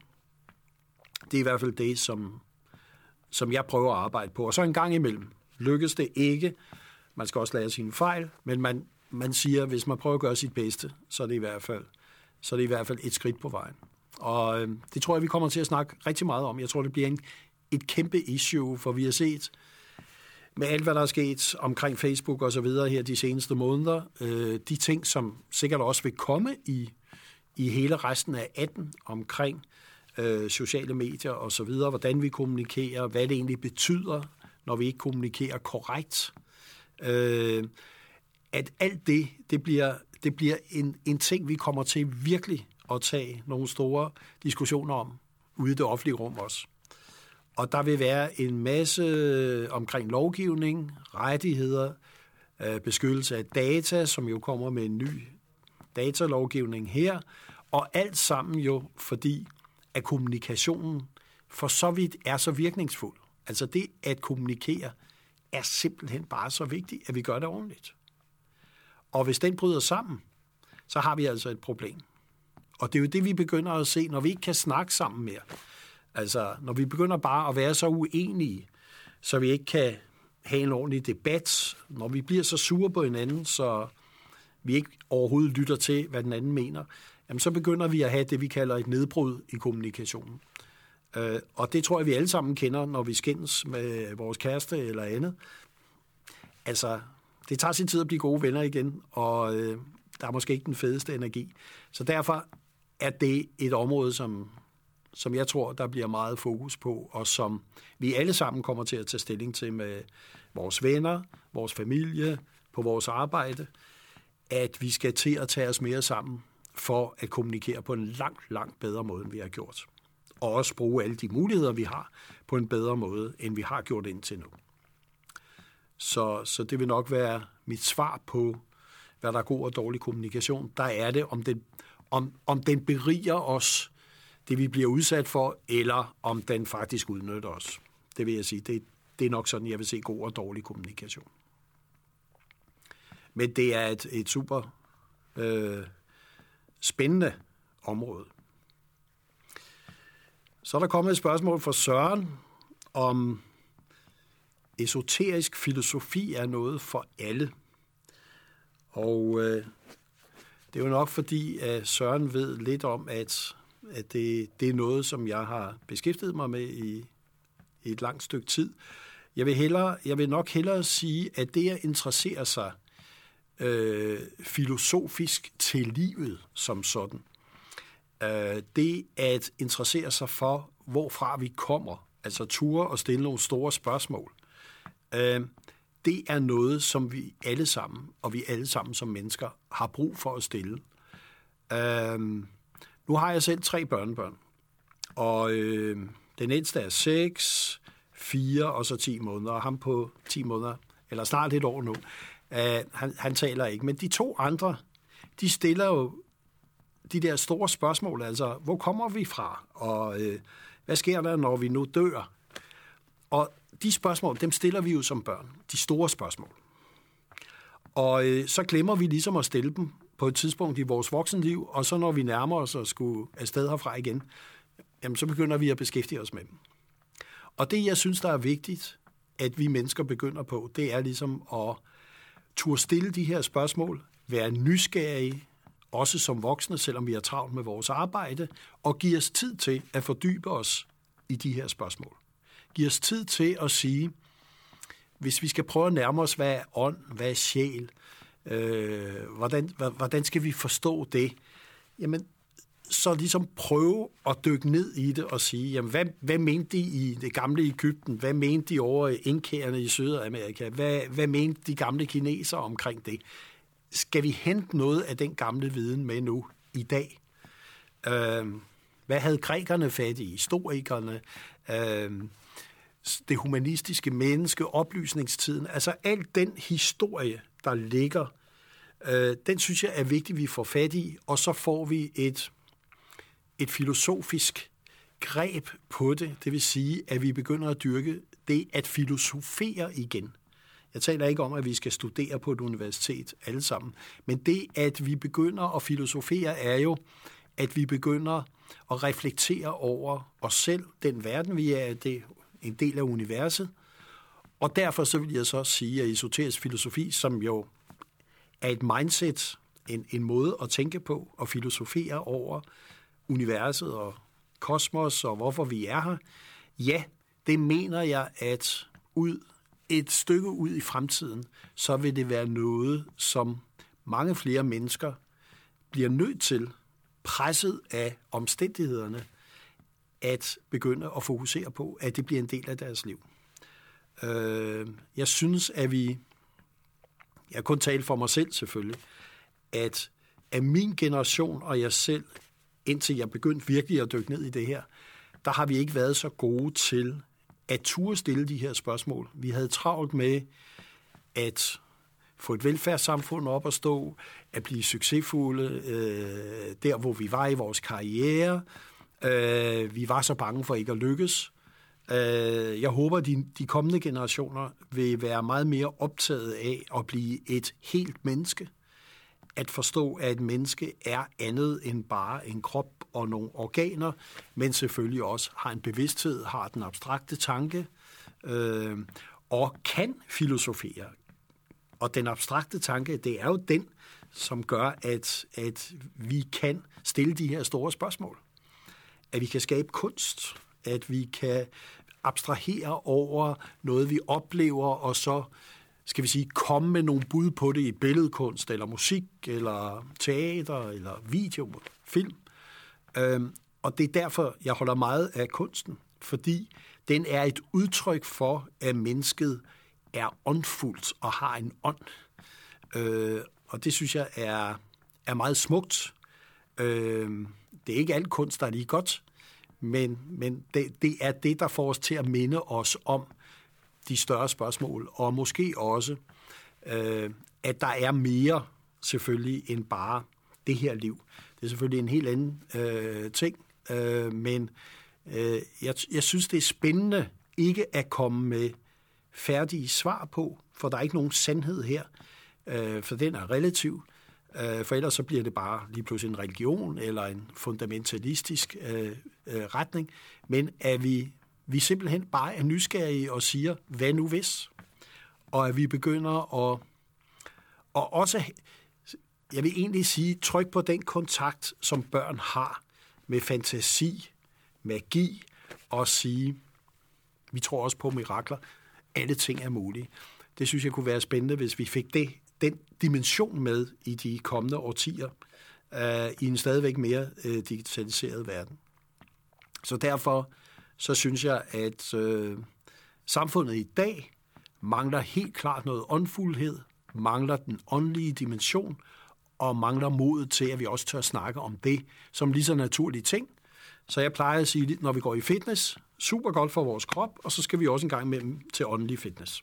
Det er i hvert fald det, som, som jeg prøver at arbejde på. Og så en gang imellem lykkes det ikke. Man skal også lære sine fejl, men man, man siger, at hvis man prøver at gøre sit bedste, så er det i hvert fald, så er det i hvert fald et skridt på vejen. Og øh, det tror jeg, vi kommer til at snakke rigtig meget om. Jeg tror, det bliver en, et kæmpe issue, for vi har set med alt, hvad der er sket omkring Facebook og så videre her de seneste måneder, øh, de ting, som sikkert også vil komme i, i hele resten af atten omkring øh, sociale medier og så videre, hvordan vi kommunikerer, hvad det egentlig betyder, når vi ikke kommunikerer korrekt. Øh, at alt det, det bliver, det bliver en, en ting, vi kommer til virkelig at tage nogle store diskussioner om ude i det offentlige rum også. Og der vil være en masse omkring lovgivning, rettigheder, beskyttelse af data, som jo kommer med en ny datalovgivning her, og alt sammen jo fordi, at kommunikationen for så vidt er så virkningsfuld. Altså det at kommunikere er simpelthen bare så vigtigt, at vi gør det ordentligt. Og hvis den bryder sammen, så har vi altså et problem. Og det er jo det, vi begynder at se, når vi ikke kan snakke sammen mere. Altså, når vi begynder bare at være så uenige, så vi ikke kan have en ordentlig debat, når vi bliver så sure på hinanden, så vi ikke overhovedet lytter til, hvad den anden mener, jamen så begynder vi at have det, vi kalder et nedbrud i kommunikationen. Øh, og det tror jeg, vi alle sammen kender, når vi skændes med vores kæreste eller andet. Altså, det tager sin tid at blive gode venner igen, og øh, der er måske ikke den fedeste energi. Så derfor er det et område, som, som jeg tror, der bliver meget fokus på, og som vi alle sammen kommer til at tage stilling til med vores venner, vores familie, på vores arbejde, at vi skal til at tage os mere sammen for at kommunikere på en langt, langt bedre måde, end vi har gjort. Og også bruge alle de muligheder, vi har, på en bedre måde, end vi har gjort indtil nu. Så, så det vil nok være mit svar på, hvad der er god og dårlig kommunikation. Der er det, om den, om, om den beriger os, det vi bliver udsat for, eller om den faktisk udnytter os. Det vil jeg sige, det, det er nok sådan, jeg vil se god og dårlig kommunikation. Men det er et, et super øh, spændende område. Så er der kommet et spørgsmål fra Søren, om esoterisk filosofi er noget for alle. Og øh, det er jo nok fordi, at Søren ved lidt om, at, at det, det er noget, som jeg har beskæftiget mig med i, i et langt stykke tid. Jeg vil, hellere, jeg vil nok hellere sige, at det at interessere sig øh, filosofisk til livet som sådan, øh, det at interessere sig for, hvorfra vi kommer, altså ture og stille nogle store spørgsmål, øh, det er noget, som vi alle sammen, og vi alle sammen som mennesker, har brug for at stille. Øh, nu har jeg selv tre børnebørn, og øh, den ældste er seks, fire og så ti måneder, og ham på ti måneder, eller snart et år nu, øh, han, han taler ikke. Men de to andre, de stiller jo de der store spørgsmål, altså, hvor kommer vi fra, og øh, hvad sker der, når vi nu dør? Og de spørgsmål, dem stiller vi jo som børn, de store spørgsmål. Og øh, så glemmer vi ligesom at stille dem på et tidspunkt i vores voksenliv, og så når vi nærmer os og skulle afsted herfra igen, jamen, så begynder vi at beskæftige os med dem. Og det, jeg synes, der er vigtigt, at vi mennesker begynder på, det er ligesom at turde stille de her spørgsmål, være nysgerrige, også som voksne, selvom vi er travlt med vores arbejde, og give os tid til at fordybe os i de her spørgsmål. Giv os tid til at sige, hvis vi skal prøve at nærme os, hvad er ånd, hvad er sjæl, øh, hvordan, hvordan skal vi forstå det, jamen, så ligesom prøve at dykke ned i det og sige, jamen, hvad, hvad mente de i det gamle Egypten? Hvad mente de over inkærerne i Sydamerika? Hvad, hvad mente de gamle kinesere omkring det? Skal vi hente noget af den gamle viden med nu i dag? Øh, hvad havde grækerne fat i? Historikerne? Øh, det humanistiske menneske? Oplysningstiden? Altså al den historie, der ligger, øh, den synes jeg er vigtigt, vi får fat i, og så får vi et et filosofisk greb på det, det vil sige, at vi begynder at dyrke det at filosofere igen. Jeg taler ikke om, at vi skal studere på et universitet alle sammen, men det, at vi begynder at filosofere, er jo, at vi begynder at reflektere over os selv, den verden, vi er, det er en del af universet, og derfor så vil jeg så sige, at esoterisk filosofi, som jo er et mindset, en, en måde at tænke på og filosofere over universet og kosmos og hvorfor vi er her, ja, det mener jeg, at ud et stykke ud i fremtiden, så vil det være noget, som mange flere mennesker bliver nødt til, presset af omstændighederne, at begynde at fokusere på, at det bliver en del af deres liv. Jeg synes, at vi, jeg kun tale for mig selv selvfølgelig, at af min generation og jeg selv, indtil jeg begyndte virkelig at dykke ned i det her, der har vi ikke været så gode til at turde stille de her spørgsmål. Vi havde travlt med at få et velfærdssamfund op at stå, at blive succesfulde øh, der, hvor vi var i vores karriere. Øh, vi var så bange for ikke at lykkes. Øh, jeg håber, at de, de kommende generationer vil være meget mere optaget af at blive et helt menneske. At forstå, at et menneske er andet end bare en krop og nogle organer, men selvfølgelig også har en bevidsthed, har den abstrakte tanke øh, og kan filosofere. Og den abstrakte tanke, det er jo den, som gør, at, at vi kan stille de her store spørgsmål. At vi kan skabe kunst, at vi kan abstrahere over noget, vi oplever, og så skal vi sige, komme med nogle bud på det i billedkunst, eller musik, eller teater, eller video, film. Øhm, og det er derfor, jeg holder meget af kunsten, fordi den er et udtryk for, at mennesket er åndfuldt og har en ånd. Øh, og det synes jeg er, er meget smukt. Øh, det er ikke alt kunst, der er lige godt, men, men det, det er det, der får os til at minde os om de større spørgsmål, og måske også, øh, at der er mere selvfølgelig end bare det her liv. Det er selvfølgelig en helt anden øh, ting, øh, men øh, jeg, jeg synes, det er spændende ikke at komme med færdige svar på, for der er ikke nogen sandhed her, øh, for den er relativ, øh, for ellers så bliver det bare lige pludselig en religion eller en fundamentalistisk øh, øh, retning, men at vi Vi simpelthen bare er nysgerrige og siger, hvad nu hvis? Og at vi begynder at, og også, jeg vil egentlig sige, tryk på den kontakt, som børn har med fantasi, magi, og sige, vi tror også på mirakler, alle ting er mulige. Det synes jeg kunne være spændende, hvis vi fik det, den dimension med i de kommende årtier, øh, i en stadigvæk mere øh, digitaliseret verden. Så derfor så synes jeg, at øh, samfundet i dag mangler helt klart noget åndfuldhed, mangler den åndelige dimension, og mangler modet til, at vi også tør snakke om det som lige så naturlige ting. Så jeg plejer at sige, når vi går i fitness, super godt for vores krop, og så skal vi også en gang imellem til åndelig fitness.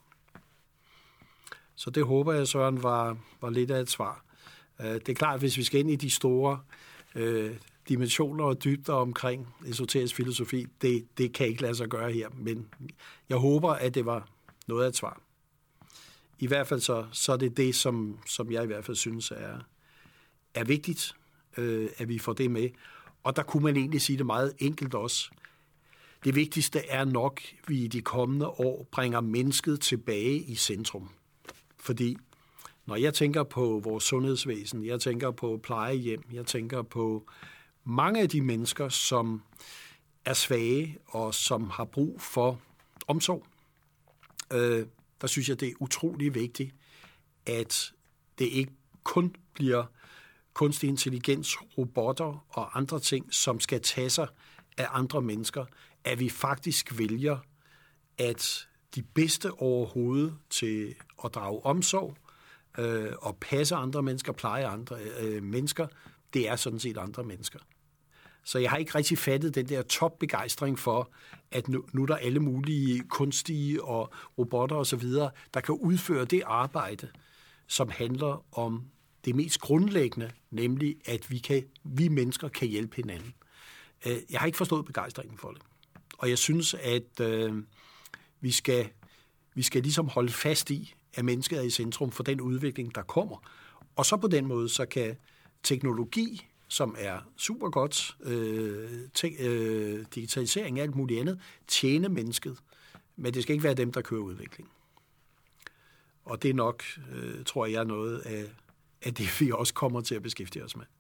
Så det håber jeg, Søren, var, var lidt af et svar. Det er klart, at hvis vi skal ind i de store øh, dimensioner og dybder omkring esoterisk filosofi, det, det kan ikke lade sig gøre her, men jeg håber, at det var noget af et svar. I hvert fald så, så er det det, som, som jeg i hvert fald synes er, er vigtigt, øh, at vi får det med. Og der kunne man egentlig sige det meget enkelt også. Det vigtigste er nok, at vi i de kommende år bringer mennesket tilbage i centrum. Fordi når jeg tænker på vores sundhedsvæsen, jeg tænker på plejehjem, jeg tænker på mange af de mennesker, som er svage og som har brug for omsorg, øh, der synes jeg, det er utrolig vigtigt, at det ikke kun bliver kunstig intelligens, robotter og andre ting, som skal tage sig af andre mennesker, at vi faktisk vælger, at de bedste overhovedet til at drage omsorg øh, og passe andre mennesker, pleje andre øh, mennesker, det er sådan set andre mennesker. Så jeg har ikke rigtig fattet den der topbegejstring for, at nu, nu er der alle mulige kunstige og robotter osv., der kan udføre det arbejde, som handler om det mest grundlæggende, nemlig at vi, kan, vi mennesker kan hjælpe hinanden. Jeg har ikke forstået begejstringen for det. Og jeg synes, at øh, vi, skal, vi skal ligesom holde fast i, at mennesket er i centrum for den udvikling, der kommer. Og så på den måde, så kan teknologi, som er super godt, øh, te- øh, digitalisering og alt muligt andet, tjene mennesket. Men det skal ikke være dem, der kører udvikling. Og det er nok, øh, tror jeg, noget af, af det, vi også kommer til at beskæftige os med.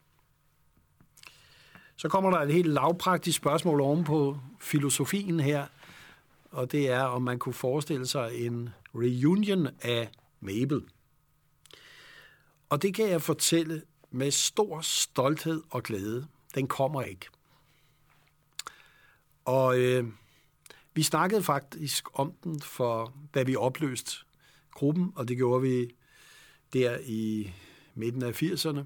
Så kommer der et helt lavpraktisk spørgsmål oven på filosofien her, og det er, om man kunne forestille sig en reunion af Mabel. Og det kan jeg fortælle med stor stolthed og glæde. Den kommer ikke. Og øh, vi snakkede faktisk om den, for da vi opløste gruppen, og det gjorde vi der i midten af firserne.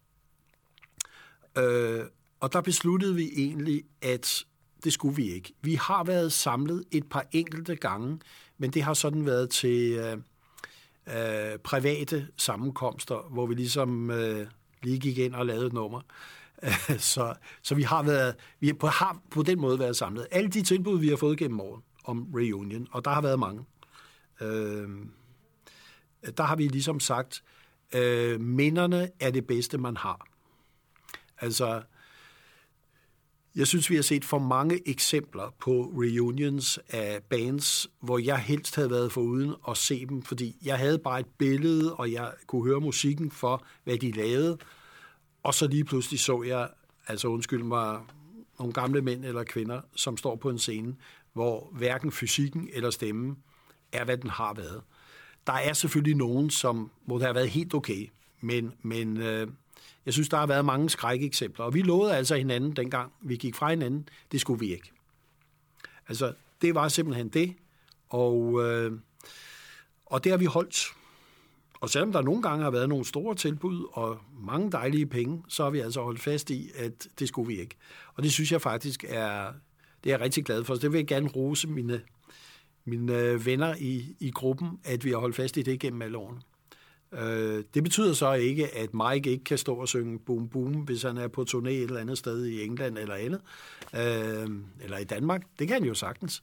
Øh, og der besluttede vi egentlig, at det skulle vi ikke. Vi har været samlet et par enkelte gange, men det har sådan været til øh, øh, private sammenkomster, hvor vi ligesom øh, lige gik ind og lavede et nummer. så, så vi har været, vi har på, har på den måde været samlet. Alle de tilbud, vi har fået gennem året om reunion, og der har været mange, øh, der har vi ligesom sagt, øh, minderne er det bedste, man har. Altså, jeg synes, vi har set for mange eksempler på reunions af bands, hvor jeg helst havde været foruden at se dem, fordi jeg havde bare et billede, og jeg kunne høre musikken for, hvad de lavede. Og så lige pludselig så jeg, altså undskyld mig, nogle gamle mænd eller kvinder, som står på en scene, hvor hverken fysikken eller stemmen er, hvad den har været. Der er selvfølgelig nogen, som må have været helt okay, men, men øh, jeg synes, der har været mange skrækeksempler. Og vi lovede altså hinanden, dengang vi gik fra hinanden, det skulle vi ikke. Altså, det var simpelthen det, og, øh, og det har vi holdt. Og selvom der nogle gange har været nogle store tilbud og mange dejlige penge, så har vi altså holdt fast i, at det skulle vi ikke. Og det synes jeg faktisk er, det er jeg rigtig glad for. Så det vil jeg gerne rose mine, mine venner i, i gruppen, at vi har holdt fast i det gennem alle årene. Det betyder så ikke, at Mike ikke kan stå og synge Boom Boom, hvis han er på turné et eller andet sted i England eller andet, eller i Danmark. Det kan han jo sagtens.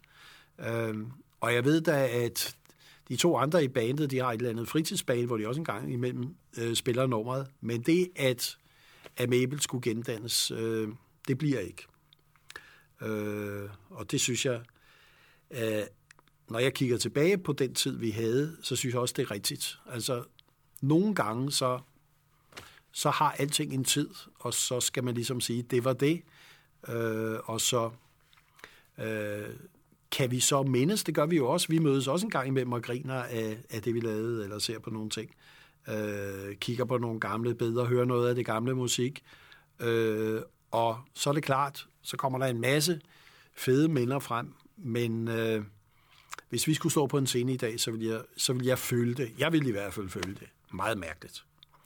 Og jeg ved da, at de to andre i bandet, de har et eller andet fritidsbane, hvor de også en gang imellem øh, spiller nummeret. Men det, at, at Mabel skulle gendannes, øh, det bliver ikke. Øh, og det synes jeg, øh, når jeg kigger tilbage på den tid, vi havde, så synes jeg også, det er rigtigt. Altså, nogle gange, så, så har alting en tid, og så skal man ligesom sige, det var det. Øh, og så Øh, kan vi så mindes, det gør vi jo også. Vi mødes også en gang imellem og griner af, af det, vi lavede, eller ser på nogle ting. Øh, kigger på nogle gamle billeder, hører noget af det gamle musik. Øh, og så er det klart, så kommer der en masse fede minder frem. Men øh, hvis vi skulle stå på en scene i dag, så ville jeg, så ville jeg føle det. Jeg ville i hvert fald føle det. Meget mærkeligt.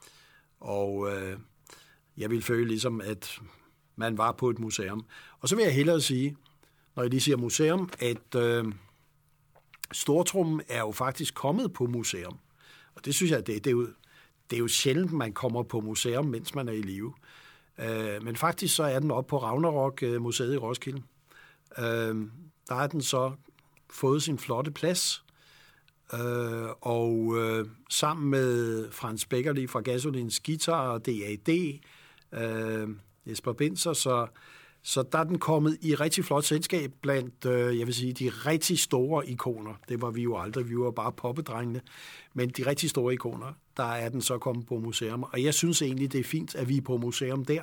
Og øh, jeg ville føle ligesom, at man var på et museum. Og så vil jeg hellere sige, når jeg lige siger museum, at øh, Stortrummen er jo faktisk kommet på museum. Og det synes jeg, det, det, er, jo, det er jo sjældent, man kommer på museum, mens man er i live. Øh, men faktisk så er den oppe på Ragnarok-museet i Roskilde. Øh, der har den så fået sin flotte plads. Øh, og øh, sammen med Frans Beckerli fra Gasolins Guitar og D A D, øh, Jesper Binzer, så Så der er den kommet i rigtig flot selskab blandt, øh, jeg vil sige, de rigtig store ikoner. Det var vi jo aldrig, vi var bare poppedrengene. Men de rigtig store ikoner, der er den så kommet på museum. Og jeg synes egentlig, det er fint, at vi er på museum der,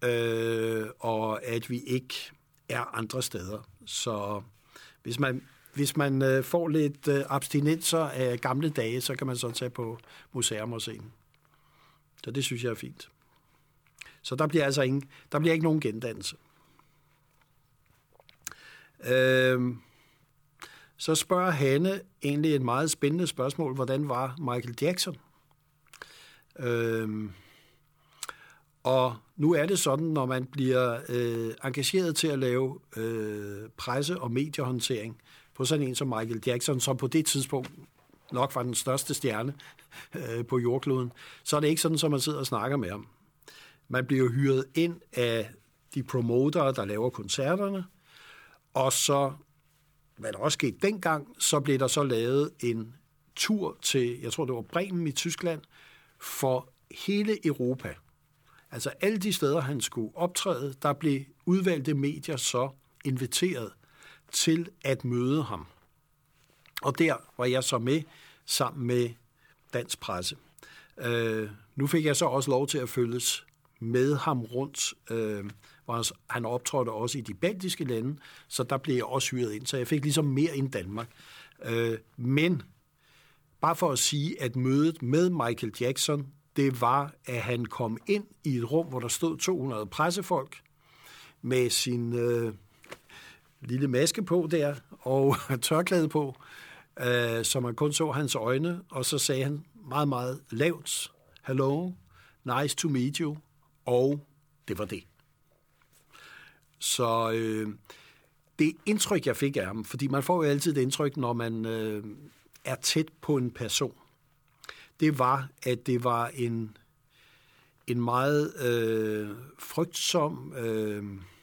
øh, og at vi ikke er andre steder. Så hvis man hvis man øh, får lidt øh, abstinenser af gamle dage, så kan man så tage på museum og se den. Så det synes jeg er fint. Så der bliver altså ingen, der bliver ikke nogen gendannelse. Øh, så spørger Hanne egentlig et meget spændende spørgsmål. Hvordan var Michael Jackson? Øh, og nu er det sådan, når man bliver øh, engageret til at lave øh, presse- og mediehåndtering på sådan en som Michael Jackson, som på det tidspunkt nok var den største stjerne øh, på jordkloden, så er det ikke sådan, som man sidder og snakker med ham. Man bliver hyret ind af de promotere, der laver koncerterne, og så, hvad der også skete dengang, så blev der så lavet en tur til, jeg tror det var Bremen i Tyskland, for hele Europa. Altså alle de steder, han skulle optræde, der blev udvalgte medier så inviteret til at møde ham. Og der var jeg så med sammen med dansk presse. Øh, nu fik jeg så også lov til at følges med ham rundt, øh, hvor han optrådte også i de baltiske lande, så der blev jeg også hyret ind, så jeg fik ligesom mere end Danmark. Øh, men bare for at sige, at mødet med Michael Jackson, det var, at han kom ind i et rum, hvor der stod to hundrede pressefolk med sin øh, lille maske på der og tørklæde på, øh, så man kun så hans øjne, og så sagde han meget, meget lavt, hello, nice to meet you, og det var det. Så øh, det indtryk, jeg fik af ham, fordi man får jo altid det indtryk, når man øh, er tæt på en person, det var, at det var en, en meget øh, frygtsom, øh,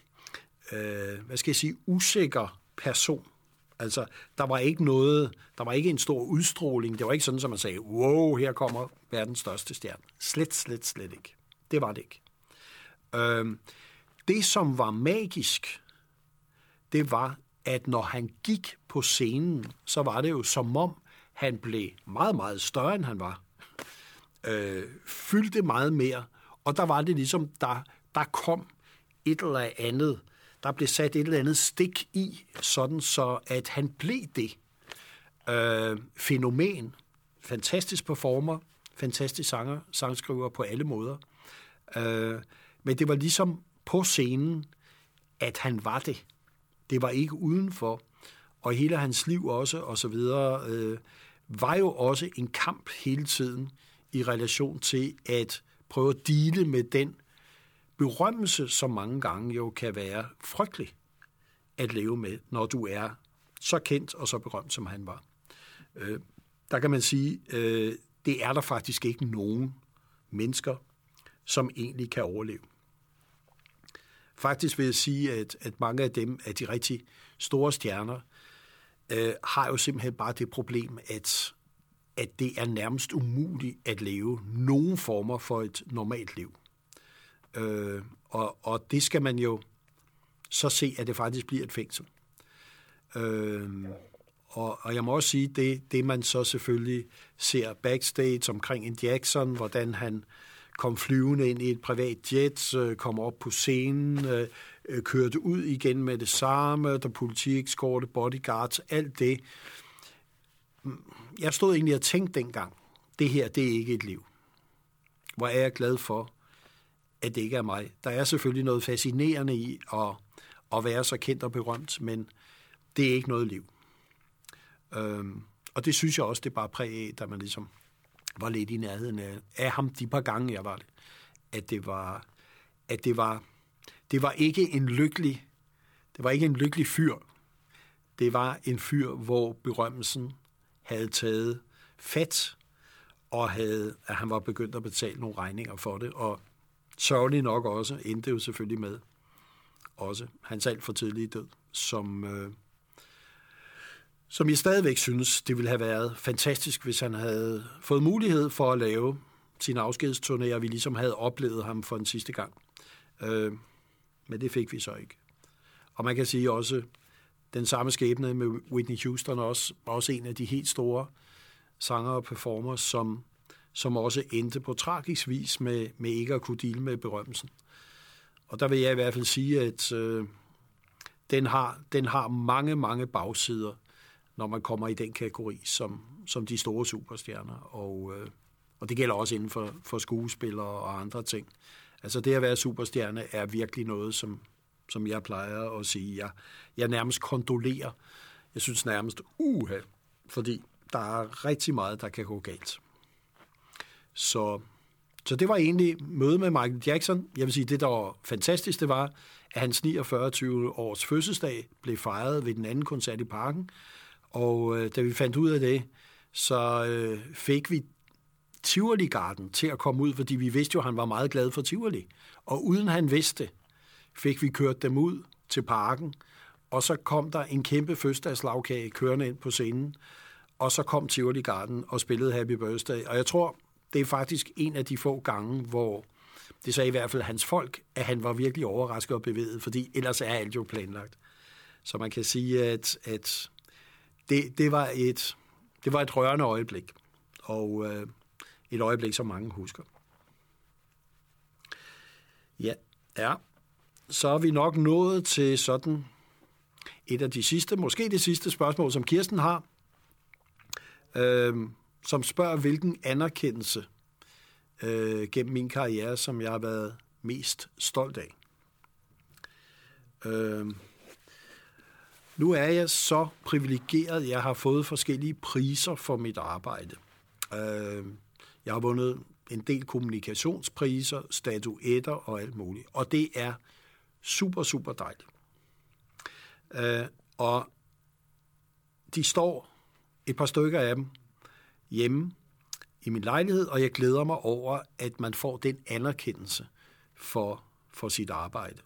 øh, hvad skal jeg sige, usikker person. Altså, der var ikke noget, der var ikke en stor udstråling. Det var ikke sådan, som man sagde, wow, her kommer verdens største stjerne. Slet, slet, slet ikke. Det var det ikke. Øh, det, som var magisk, det var, at når han gik på scenen, så var det jo som om, han blev meget, meget større, end han var. Øh, fyldte meget mere, og der var det ligesom, der, der kom et eller andet, der blev sat et eller andet stik i, sådan så, at han blev det. Øh, fænomen, fantastisk performer, fantastisk sanger, sangskriver på alle måder. Øh, men det var ligesom på scenen, at han var det. Det var ikke udenfor. Og hele hans liv også, og så videre, øh, var jo også en kamp hele tiden i relation til at prøve at deale med den berømmelse, som mange gange jo kan være frygtelig at leve med, når du er så kendt og så berømt, som han var. Øh, der kan man sige, øh, det er der faktisk ikke nogen mennesker, som egentlig kan overleve. Faktisk vil jeg sige, at, at mange af dem, af de rigtig store stjerner, øh, har jo simpelthen bare det problem, at, at det er nærmest umuligt at leve nogen former for et normalt liv. Øh, og, og det skal man jo så se, at det faktisk bliver et fængsel. Øh, og, og jeg må også sige, det, det man så selvfølgelig ser backstage omkring en Jackson, hvordan han kom flyvende ind i et privat jet, kom op på scenen, øh, kørte ud igen med det samme, der politieskorte, bodyguards, alt det. Jeg stod egentlig og tænkte dengang, det her, det er ikke et liv. Hvor er jeg glad for, at det ikke er mig. Der er selvfølgelig noget fascinerende i at, at være så kendt og berømt, men det er ikke noget liv. Øhm, og det synes jeg også, det er bare præg af, da man ligesom var lidt i nærheden af, af ham de par gange, jeg var det. At det var, at det var, det var ikke en lykkelig, det var ikke en lykkelig fyr. Det var en fyr, hvor berømmelsen havde taget fat, og havde, at han var begyndt at betale nogle regninger for det, og sørgelig nok også endte jo selvfølgelig med også hans alt for tidlige død, som, øh, som jeg stadigvæk synes, det ville have været fantastisk, hvis han havde fået mulighed for at lave sin afskedsturné, og vi ligesom havde oplevet ham for den sidste gang. Øh, men det fik vi så ikke. Og man kan sige også, den samme skæbne med Whitney Houston også, også en af de helt store sanger og performer, som, som også endte på tragisk vis med, med ikke at kunne deale med berømmelsen. Og der vil jeg i hvert fald sige, at øh, den, har, den har mange, mange bagsider. når man kommer i den kategori som, som de store superstjerner. Og, øh, og det gælder også inden for, for skuespillere og andre ting. Altså det at være superstjerne er virkelig noget, som, som jeg plejer at sige. Jeg, jeg nærmest kondolerer. Jeg synes nærmest uha, fordi der er rigtig meget, der kan gå galt. Så, så det var egentlig møde med Michael Jackson. Jeg vil sige, det der var fantastisk, det var, at hans niogfyrre års fødselsdag blev fejret ved den anden koncert i Parken. Og øh, da vi fandt ud af det, så øh, fik vi Tivoli Garden til at komme ud, fordi vi vidste jo, at han var meget glad for Tivoli. Og uden han vidste, fik vi kørt dem ud til Parken, og så kom der en kæmpe fødselsdagslagkage kørende ind på scenen, og så kom Tivoli Garden og spillede Happy Birthday. Og jeg tror, det er faktisk en af de få gange, hvor det sagde i hvert fald hans folk, at han var virkelig overrasket og bevæget, fordi ellers er alt jo planlagt. Så man kan sige, at, at det, det, var et, det var et rørende øjeblik, og øh, et øjeblik, som mange husker. Ja, ja. Så er vi nok nået til sådan et af de sidste, måske det sidste spørgsmål, som Kirsten har, øh, som spørger, hvilken anerkendelse øh, gennem min karriere, som jeg har været mest stolt af. Øh, nu er jeg så privilegeret, jeg har fået forskellige priser for mit arbejde. Øh, jeg har vundet en del kommunikationspriser, statuetter og alt muligt, og det er super, super dejligt. Øh, og de står, et par stykker af dem, hjemme i min lejlighed, og jeg glæder mig over, at man får den anerkendelse for, for sit arbejde.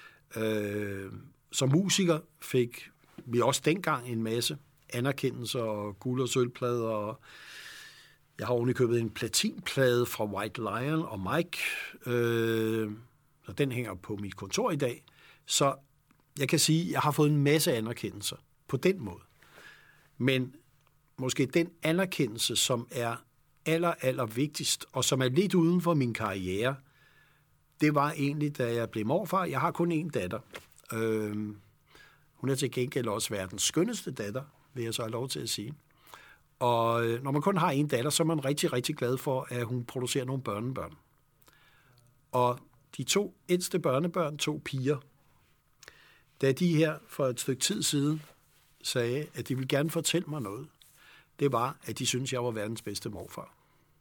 Øh, som musiker fik vi også dengang en masse anerkendelser og guld- og sølvplader, og jeg har ovenikøbet en platinplade fra White Lion og Mike, øh, og den hænger på mit kontor i dag. Så jeg kan sige, at jeg har fået en masse anerkendelser på den måde. Men måske den anerkendelse, som er aller, aller vigtigst, og som er lidt uden for min karriere, det var egentlig, da jeg blev morfar. Jeg har kun én datter. Øh, hun er til gengæld også verdens skønneste datter, vil jeg så have lov til at sige. Og når man kun har en datter, så er man rigtig, rigtig glad for, at hun producerer nogle børnebørn. Og de to ældste børnebørn, to piger, da de her for et stykke tid siden sagde, at de ville gerne fortælle mig noget, det var, at de syntes, jeg var verdens bedste morfar.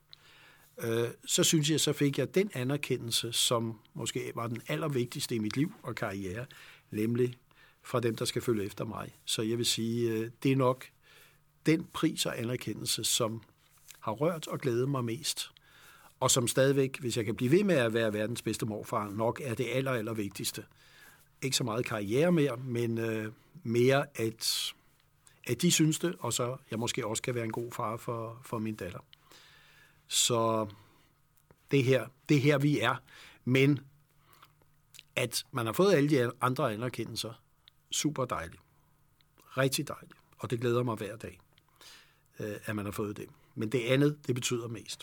Så synes jeg, så fik jeg den anerkendelse, som måske var den allervigtigste i mit liv og karriere, nemlig fra dem, der skal følge efter mig. Så jeg vil sige, det er nok den pris og anerkendelse, som har rørt og glædet mig mest, og som stadigvæk, hvis jeg kan blive ved med at være verdens bedste morfar, nok er det aller, aller vigtigste. Ikke så meget karriere mere, men øh, mere, at, at de synes det, og så jeg måske også kan være en god far for, for min datter. Så det her, det her vi er. Men at man har fået alle de andre anerkendelser, super dejligt. Rigtig dejligt. Og det glæder mig hver dag, at man har fået det. Men det andet, det betyder mest.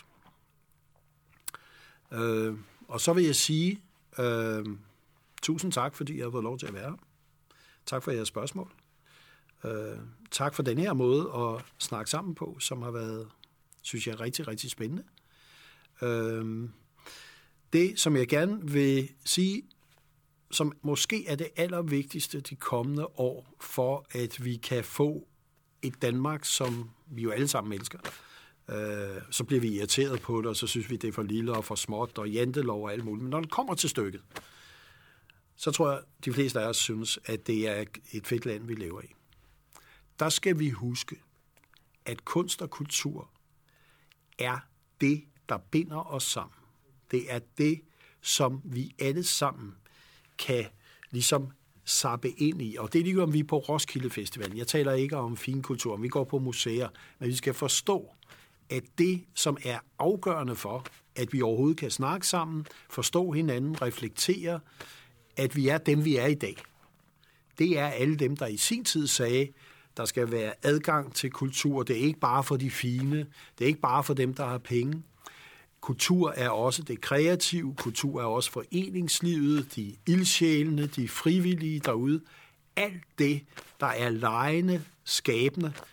Øh, og så vil jeg sige, øh, tusind tak, fordi jeg har fået lov til at være her. Tak for jeres spørgsmål. Øh, tak for den her måde at snakke sammen på, som har været, synes jeg, rigtig, rigtig spændende. Øh, det, som jeg gerne vil sige, som måske er det allervigtigste de kommende år, for at vi kan få et Danmark, som vi jo alle sammen elsker. Øh, så bliver vi irriteret på det, og så synes vi, det er for lille og for småt, og jantelov og alt muligt. Men når det kommer til stykket, så tror jeg, de fleste af os synes, at det er et fedt land, vi lever i. Der skal vi huske, at kunst og kultur er det, der binder os sammen. Det er det, som vi alle sammen kan ligesom sappe ind i. Og det er lige om vi er på Roskilde Festival. Jeg taler ikke om finkultur, vi går på museer, men vi skal forstå, at det, som er afgørende for, at vi overhovedet kan snakke sammen, forstå hinanden, reflektere, at vi er dem, vi er i dag. Det er alle dem, der i sin tid sagde, der skal være adgang til kultur. Det er ikke bare for de fine. Det er ikke bare for dem, der har penge. Kultur er også det kreative. Kultur er også foreningslivet, de ildsjælene, de frivillige derude. Alt det, der er legende, skabende,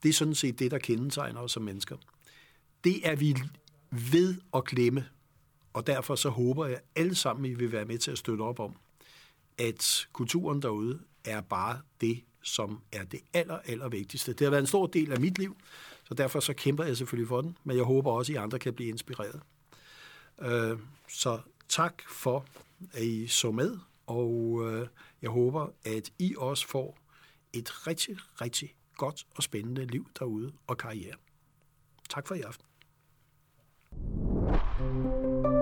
Det er sådan set det, der kendetegner os som mennesker. Det er vi ved at glemme, og derfor så håber jeg alle sammen, I vil være med til at støtte op om, at kulturen derude er bare det, som er det aller, aller vigtigste. Det har været en stor del af mit liv, så derfor så kæmper jeg selvfølgelig for den, men jeg håber også, at I andre kan blive inspireret. Så tak for, at I så med, og jeg håber, at I også får et rigtig, rigtig godt og spændende liv derude og karriere. Tak for i aften.